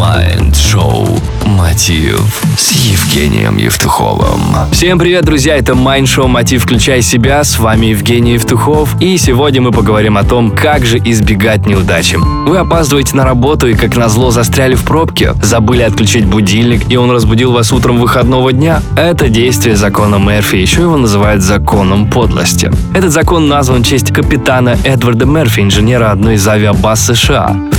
Майнд-шоу «Мотив» с Евгением Евтуховым. Всем привет, друзья! Это Майнд-шоу «Мотив. Включай себя». С вами Евгений Евтухов. И сегодня мы поговорим о том, как же избегать неудачи. Вы опаздываете на работу и, как назло, застряли в пробке. Забыли отключить будильник, и он разбудил вас утром выходного дня. Это действие закона Мерфи. Еще его называют законом подлости. Этот закон назван в честь капитана Эдварда Мерфи, инженера одной из авиабаз США. В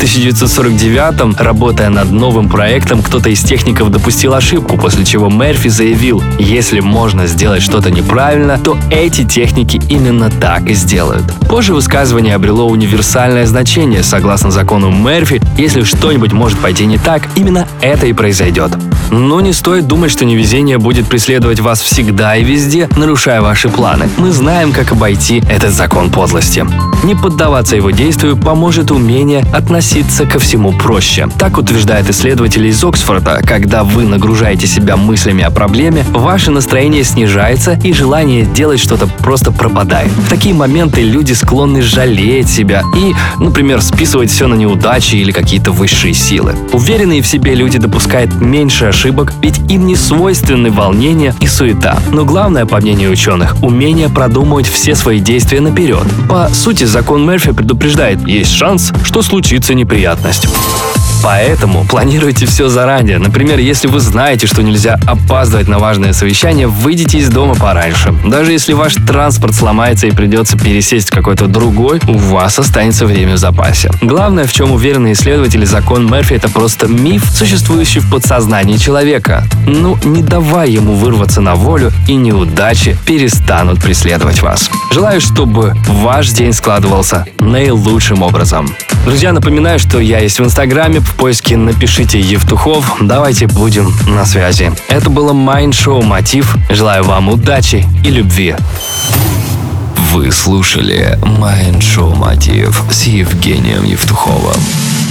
1949-м, работая над новым проектом, кто-то из техников допустил ошибку, после чего Мерфи заявил: если можно сделать что-то неправильно, то эти техники именно так и сделают. Позже высказывание обрело универсальное значение. Согласно закону Мерфи, если что-нибудь может пойти не так, именно это и произойдет. Но не стоит думать, что невезение будет преследовать вас всегда и везде, нарушая ваши планы. Мы знаем, как обойти этот закон подлости. Не поддаваться его действию поможет умение относиться ко всему проще. Так утверждает исследователь из Оксфорда: когда вы нагружаете себя мыслями о проблеме, ваше настроение снижается и желание делать что-то просто пропадает. В такие моменты люди склонны жалеть себя и, например, списывать все на неудачи или какие-то высшие силы. Уверенные в себе люди допускают меньше ошибок, ведь им не свойственны волнение и суета. Но главное, по мнению ученых, умение продумывать все свои действия наперед. По сути, закон Мерфи предупреждает: есть шанс, что случится неприятность. Поэтому планируйте все заранее. Например, если вы знаете, что нельзя опаздывать на важное совещание, выйдите из дома пораньше. Даже если ваш транспорт сломается и придется пересесть в какой-то другой, у вас останется время в запасе. Главное, в чем уверены исследователи, закон Мерфи — это просто миф, существующий в подсознании человека. Не давай ему вырваться на волю, и неудачи перестанут преследовать вас. Желаю, чтобы ваш день складывался наилучшим образом. Друзья, напоминаю, что я есть в Инстаграме. В поиске напишите Евтухов. Давайте будем на связи. Это было Майнд-шоу «Мотив». Желаю вам удачи и любви. Вы слушали Майнд-шоу «Мотив» с Евгением Евтуховым.